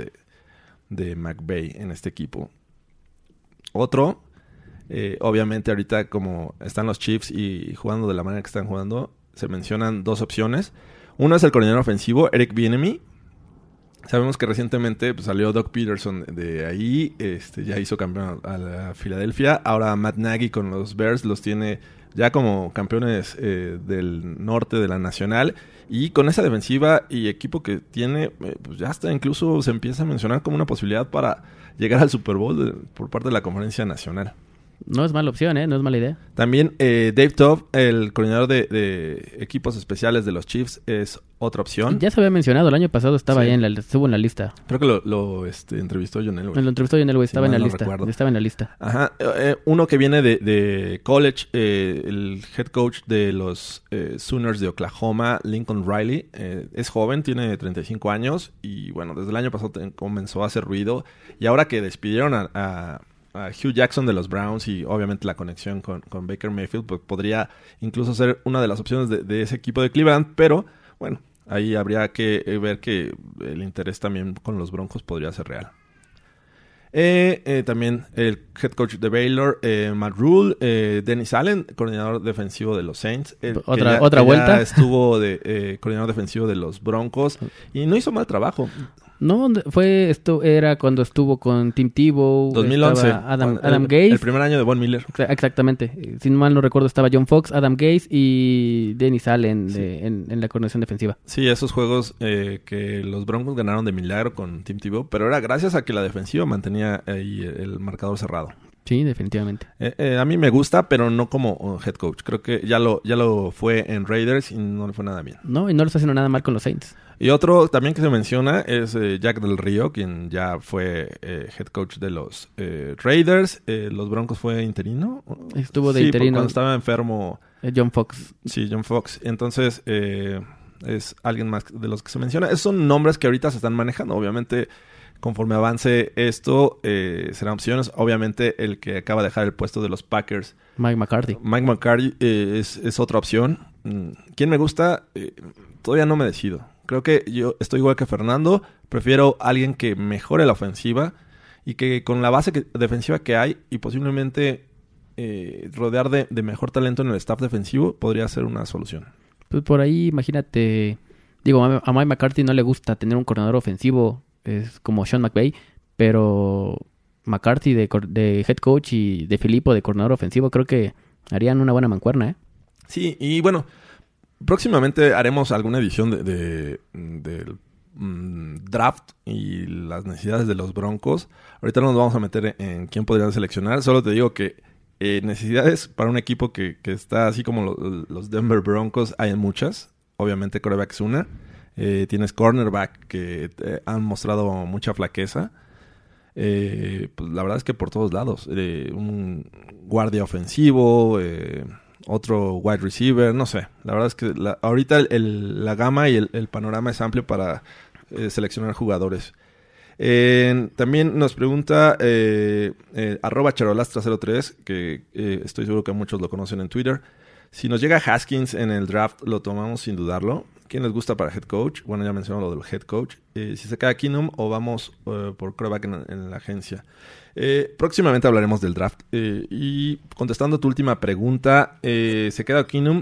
de McVay en este equipo. Otro, obviamente ahorita como están los Chiefs y jugando de la manera que están jugando, se mencionan dos opciones. Uno es el coordinador ofensivo, Eric Bieniemy. Sabemos que recientemente salió Doug Peterson de ahí, ya hizo campeón a la Filadelfia. Ahora Matt Nagy con los Bears los tiene ya como campeones del norte de la nacional. Y con esa defensiva y equipo que tiene, pues ya hasta incluso se empieza a mencionar como una posibilidad para llegar al Super Bowl por parte de la Conferencia Nacional. No es mala opción, no es mala idea. También Dave Toub, el coordinador de equipos especiales de los Chiefs, es otra opción. Ya se había mencionado, el año pasado estaba ahí estuvo en la lista. Creo que lo entrevistó John Elway. Lo entrevistó John Elway, estaba en la lista. Recuerdo. Estaba en la lista. Ajá. Uno que viene de college, el head coach de los Sooners de Oklahoma, Lincoln Riley. Es joven, tiene 35 años y bueno, desde el año pasado comenzó a hacer ruido. Y ahora que despidieron a Hugh Jackson de los Browns y obviamente la conexión con Baker Mayfield, pues podría incluso ser una de las opciones de ese equipo de Cleveland, pero bueno, ahí habría que ver que el interés también con los Broncos podría ser real. También el head coach de Baylor, Matt Rule, Dennis Allen, coordinador defensivo de los Saints. Otra vuelta. Ya estuvo de coordinador defensivo de los Broncos y no hizo mal trabajo. No, era cuando estuvo con Tim Tebow. 2011. Adam Gase. El primer año de Von Miller. Exactamente. Si mal no recuerdo, estaba John Fox, Adam Gase y Dennis Allen en la coordinación defensiva. Sí, esos juegos que los Broncos ganaron de milagro con Tim Tebow, pero era gracias a que la defensiva mantenía ahí el marcador cerrado. Sí, definitivamente. A mí me gusta, pero no como head coach. Creo que ya lo fue en Raiders y no le fue nada bien. No, y no lo está haciendo nada mal con los Saints. Y otro también que se menciona es Jack Del Rio, quien ya fue head coach de los Raiders. Los Broncos fue interino. Estuvo de interino. Cuando estaba enfermo. John Fox. Sí, John Fox. Entonces, es alguien más de los que se menciona. Esos son nombres que ahorita se están manejando. Obviamente, conforme avance esto, serán opciones. Obviamente, el que acaba de dejar el puesto de los Packers, Mike McCarthy, es otra opción. ¿Quién me gusta? Todavía no me decido. Creo que yo estoy igual que Fernando. Prefiero alguien que mejore la ofensiva y que con la base defensiva que hay y posiblemente rodear de mejor talento en el staff defensivo podría ser una solución. Pues por ahí, imagínate, digo, a Mike McCarthy no le gusta tener un coordinador ofensivo es como Sean McVay, pero McCarthy de head coach y de Filippo de coordinador ofensivo, creo que harían una buena mancuerna, ¿eh? Sí, y bueno, próximamente haremos alguna edición del draft y las necesidades de los Broncos. Ahorita no nos vamos a meter en quién podrían seleccionar. Solo te digo que necesidades para un equipo que está así como los Denver Broncos hay muchas. Obviamente quarterback es una. Tienes cornerback que han mostrado mucha flaqueza. Pues la verdad es que por todos lados. Un guardia ofensivo, otro wide receiver, no sé. La verdad es que ahorita la gama y el panorama es amplio para seleccionar jugadores. También nos pregunta @charolastra03, que estoy seguro que muchos lo conocen en Twitter. Si nos llega Haskins en el draft, lo tomamos sin dudarlo. ¿Quién les gusta para head coach? Bueno, ya mencionó lo del head coach. Si se queda Keenum o vamos por quarterback en la agencia. Próximamente hablaremos del draft. Y contestando tu última pregunta, ¿se queda Keenum?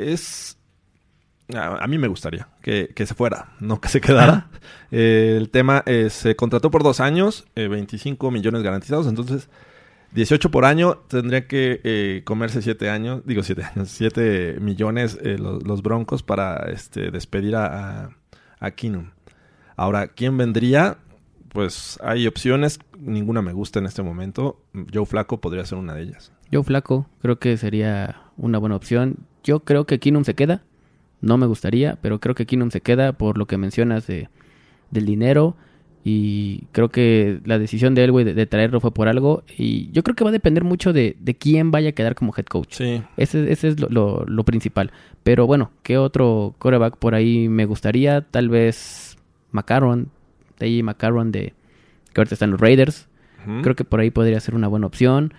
A mí me gustaría que se fuera, no que se quedara. El tema se contrató por 2 años, 25 millones garantizados, entonces 18 por año, tendría que comerse 7 millones los Broncos para despedir a Keenum. Ahora, ¿quién vendría? Pues hay opciones, ninguna me gusta en este momento. Joe Flacco podría ser una de ellas. Joe Flacco creo que sería una buena opción. Yo creo que Keenum se queda. No me gustaría, pero creo que Keenum se queda por lo que mencionas del dinero. Y creo que la decisión de Elway de traerlo fue por algo. Y yo creo que va a depender mucho de quién vaya a quedar como head coach. Sí. Ese es lo principal. Pero bueno, ¿qué otro quarterback por ahí me gustaría? Tal vez McCarron. De McCarron que ahorita están los Raiders. Uh-huh. Creo que por ahí podría ser una buena opción.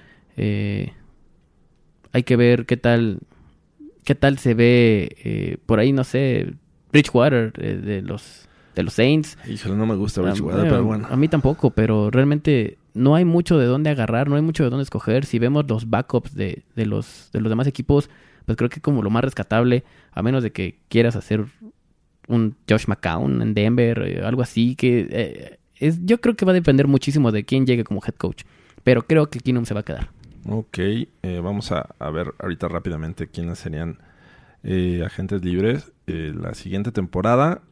Hay que ver qué tal se ve por ahí, no sé, Bridgewater de los Saints. Híjole, no me gusta Bridgewater, pero bueno. A mí tampoco, pero realmente no hay mucho de dónde agarrar, no hay mucho de dónde escoger. Si vemos los backups de los demás equipos, pues creo que como lo más rescatable, a menos de que quieras hacer un Josh McCown en Denver, algo así, que yo creo que va a depender muchísimo de quién llegue como head coach. Pero creo que Keenum se va a quedar. Ok, vamos a ver ahorita rápidamente quiénes serían agentes libres. La siguiente temporada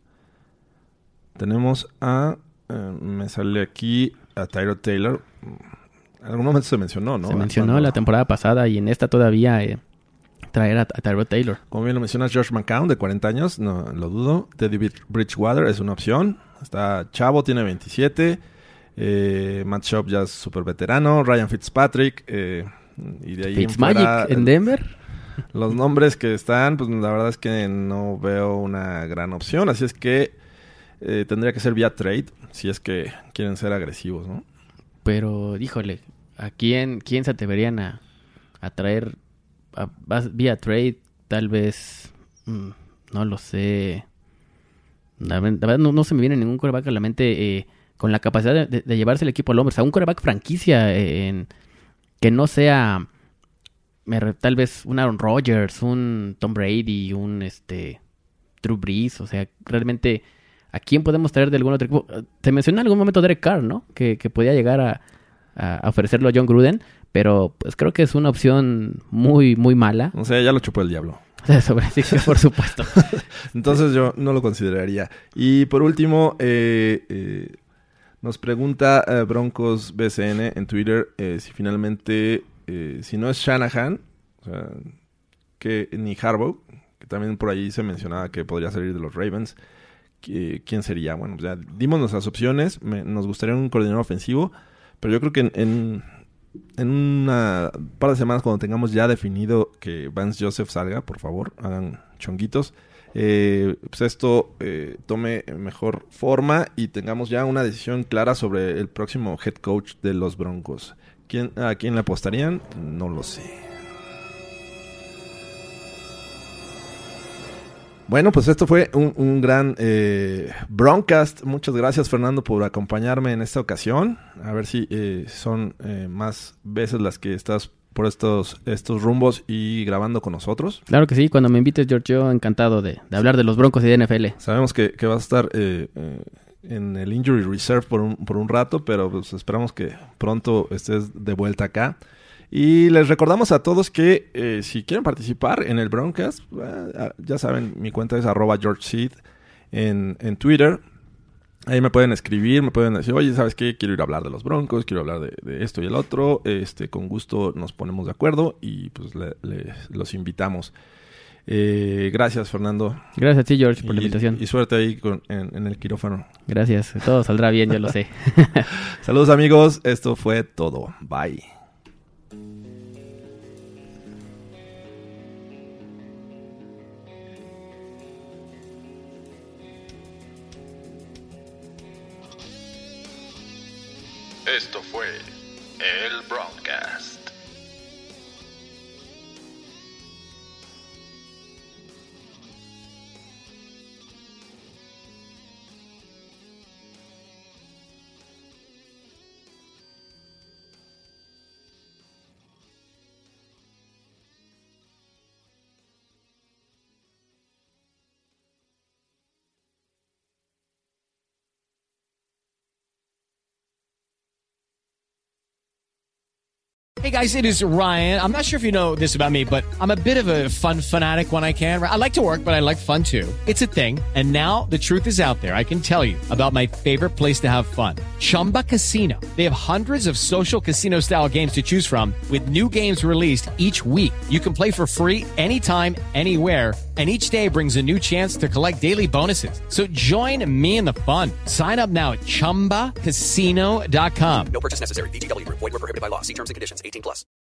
tenemos me sale aquí a Tyrod Taylor. En algún momento se mencionó, ¿no? Se mencionó la temporada pasada y en esta todavía traer a Tyrod Taylor. Como bien lo mencionas, Josh McCown, de 40 años, no lo dudo. Teddy Bridgewater es una opción. Está chavo, tiene 27. Matt Schaub ya es súper veterano. Ryan Fitzpatrick. Y de ahí Fitzmagic en Denver. Los nombres que están, pues la verdad es que no veo una gran opción. Así es que tendría que ser vía trade, si es que quieren ser agresivos, ¿no? Pero, híjole, ¿a quién se atreverían a traer vía trade? Tal vez, no lo sé. La verdad no se me viene ningún quarterback a la mente con la capacidad de llevarse el equipo al hombro. O sea, un quarterback franquicia que no sea tal vez un Aaron Rodgers, un Tom Brady, un Drew Brees. O sea, realmente, ¿a quién podemos traer de algún otro equipo? Se mencionó en algún momento Derek Carr, ¿no? Que podía llegar a ofrecerlo a John Gruden. Pero pues creo que es una opción muy, muy mala. O sea, ya lo chupó el diablo. Sobre sí, por supuesto. Entonces yo no lo consideraría. Y por último, nos pregunta Broncos BCN en Twitter si finalmente, si no es Shanahan, o sea, que ni Harbaugh, que también por ahí se mencionaba que podría salir de los Ravens, ¿quién sería? Bueno, ya dimos nuestras opciones. Nos gustaría un coordinador ofensivo, pero yo creo que en una par de semanas, cuando tengamos ya definido que Vance Joseph salga, por favor, hagan chonguitos, pues esto tome mejor forma y tengamos ya una decisión clara sobre el próximo head coach de los Broncos. ¿A quién le apostarían? No lo sé. Bueno, pues esto fue un gran Broncast. Muchas gracias, Fernando, por acompañarme en esta ocasión. A ver si son más veces las que estás por estos rumbos y grabando con nosotros. Claro que sí, cuando me invites, George, yo encantado de hablar de los Broncos y de NFL. Sabemos que vas a estar en el Injury Reserve por un rato, pero pues esperamos que pronto estés de vuelta acá. Y les recordamos a todos que si quieren participar en el Broncast, ya saben, mi cuenta es @GeorgeSeed en Twitter. Ahí me pueden escribir, me pueden decir, oye, ¿sabes qué? Quiero ir a hablar de los Broncos, quiero hablar de esto y el otro. Con gusto nos ponemos de acuerdo y pues los invitamos. Gracias, Fernando. Gracias a ti, George, por la invitación. Y suerte ahí en el quirófano. Gracias, todo saldrá bien, yo lo sé. Saludos, amigos. Esto fue todo. Bye. Esto fue el Broadcast. Hey guys, it is Ryan. I'm not sure if you know this about me, but I'm a bit of a fun fanatic when I can. I like to work, but I like fun too. It's a thing. And now the truth is out there. I can tell you about my favorite place to have fun. Chumba Casino. They have hundreds of social casino style games to choose from with new games released each week. You can play for free anytime, anywhere. And each day brings a new chance to collect daily bonuses. So join me in the fun. Sign up now at ChumbaCasino.com. No purchase necessary. VGW Group. Void where prohibited by law. See terms and conditions. 18+.